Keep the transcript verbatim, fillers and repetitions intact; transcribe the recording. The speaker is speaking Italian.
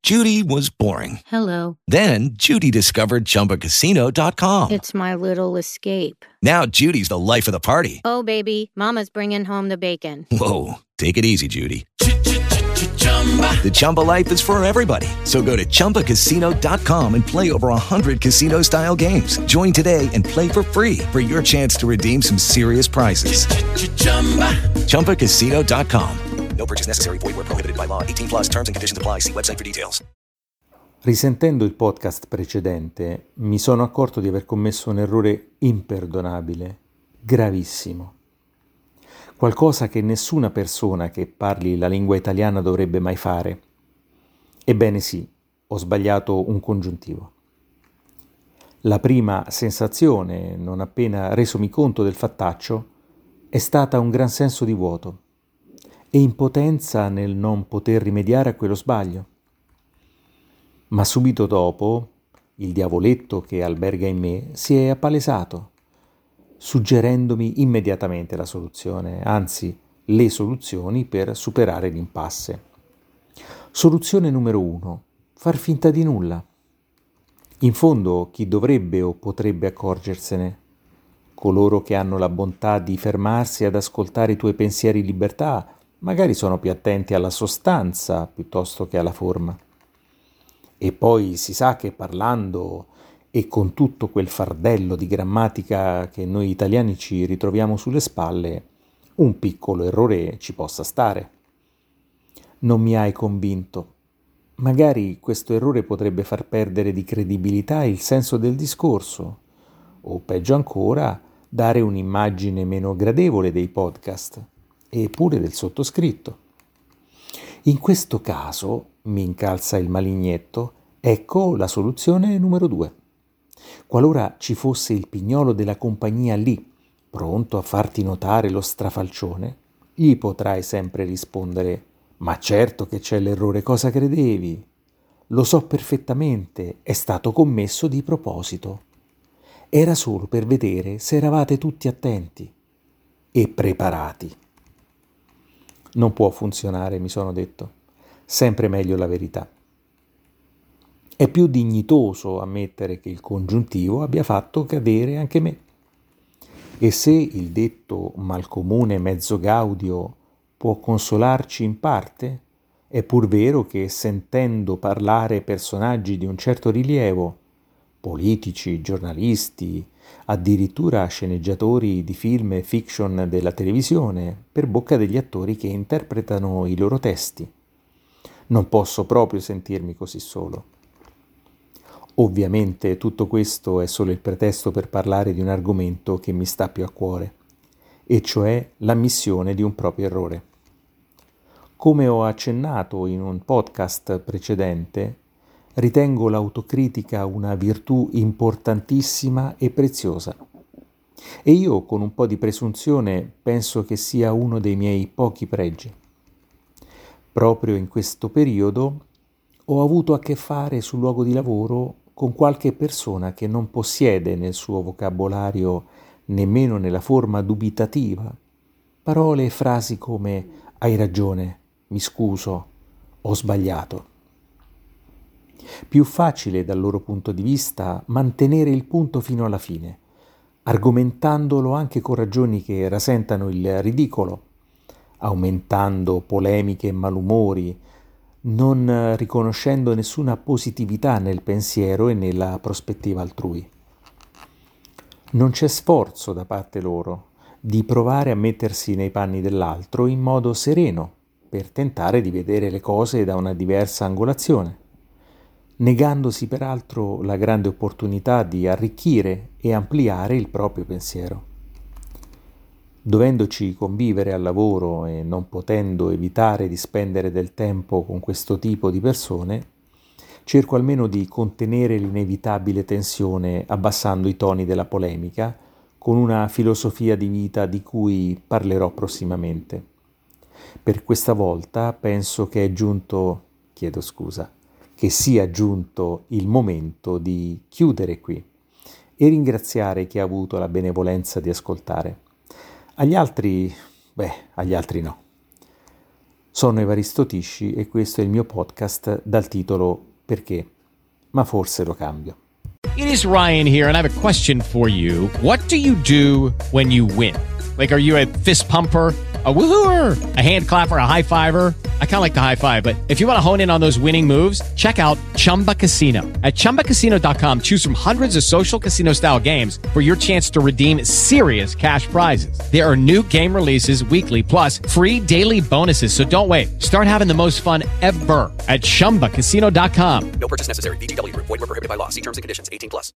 Judy was boring. Hello. Then Judy discovered Chumba Casino dot com. It's my little escape. Now Judy's the life of the party. Oh, baby, mama's bringing home the bacon. Whoa, take it easy, Judy. The Chumba life is for everybody. So go to Chumba Casino dot com and play over one hundred casino-style games. Join today and play for free for your chance to redeem some serious prizes. Chumba Casino dot com. No purchase necessary. Void where prohibited by law. eighteen plus terms and conditions apply. See website for details. Risentendo il podcast precedente, mi sono accorto di aver commesso un errore imperdonabile, gravissimo. Qualcosa che nessuna persona che parli la lingua italiana dovrebbe mai fare. Ebbene sì, ho sbagliato un congiuntivo. La prima sensazione, non appena resomi conto del fattaccio, è stata un gran senso di vuoto e impotenza nel non poter rimediare a quello sbaglio. Ma subito dopo, il diavoletto che alberga in me si è appalesato, suggerendomi immediatamente la soluzione, anzi le soluzioni per superare l'impasse. Soluzione numero uno: far finta di nulla. In fondo, chi dovrebbe o potrebbe accorgersene? Coloro che hanno la bontà di fermarsi ad ascoltare i tuoi pensieri in libertà, magari sono più attenti alla sostanza piuttosto che alla forma. E poi si sa che parlando e con tutto quel fardello di grammatica che noi italiani ci ritroviamo sulle spalle, un piccolo errore ci possa stare. Non mi hai convinto. Magari questo errore potrebbe far perdere di credibilità il senso del discorso, o peggio ancora, dare un'immagine meno gradevole dei podcast e pure del sottoscritto. In questo caso, mi incalza il malignetto, ecco la soluzione numero due. Qualora ci fosse il pignolo della compagnia lì, pronto a farti notare lo strafalcione, gli potrai sempre rispondere: ma certo che c'è l'errore, cosa credevi? Lo so perfettamente, è stato commesso di proposito. Era solo per vedere se eravate tutti attenti e preparati. Non può funzionare, mi sono detto. Sempre meglio la verità. È più dignitoso ammettere che il congiuntivo abbia fatto cadere anche me. E se il detto malcomune mezzo gaudio può consolarci in parte, è pur vero che sentendo parlare personaggi di un certo rilievo, politici, giornalisti, addirittura sceneggiatori di film e fiction della televisione, per bocca degli attori che interpretano i loro testi, non posso proprio sentirmi così solo. Ovviamente tutto questo è solo il pretesto per parlare di un argomento che mi sta più a cuore, e cioè l'ammissione di un proprio errore. Come ho accennato in un podcast precedente, ritengo l'autocritica una virtù importantissima e preziosa. E io, con un po' di presunzione, penso che sia uno dei miei pochi pregi. Proprio in questo periodo ho avuto a che fare sul luogo di lavoro con qualche persona che non possiede nel suo vocabolario, nemmeno nella forma dubitativa, parole e frasi come «hai ragione», «mi scuso», «ho sbagliato». Più facile dal loro punto di vista mantenere il punto fino alla fine, argomentandolo anche con ragioni che rasentano il ridicolo, aumentando polemiche e malumori, non riconoscendo nessuna positività nel pensiero e nella prospettiva altrui. Non c'è sforzo da parte loro di provare a mettersi nei panni dell'altro in modo sereno per tentare di vedere le cose da una diversa angolazione, negandosi peraltro la grande opportunità di arricchire e ampliare il proprio pensiero. Dovendoci convivere al lavoro e non potendo evitare di spendere del tempo con questo tipo di persone, cerco almeno di contenere l'inevitabile tensione abbassando i toni della polemica con una filosofia di vita di cui parlerò prossimamente. Per questa volta penso che è giunto, chiedo scusa, che sia giunto il momento di chiudere qui e ringraziare chi ha avuto la benevolenza di ascoltare. Agli altri, beh, agli altri no. Sono Evaristo Tisci e questo è il mio podcast dal titolo Perché? Ma forse lo cambio. It is Ryan here, and I have a question for you. What do you do when you win? Like, are you a fist pumper, a woohooer, a hand clapper, a high fiver? I kind of like the high five, but if you want to hone in on those winning moves, check out Chumba Casino. At chumba casino dot com, choose from hundreds of social casino style games for your chance to redeem serious cash prizes. There are new game releases weekly, plus free daily bonuses. So don't wait. Start having the most fun ever at chumba casino dot com. No purchase necessary. V G W. Void where prohibited by law. See terms and conditions. eighteen plus.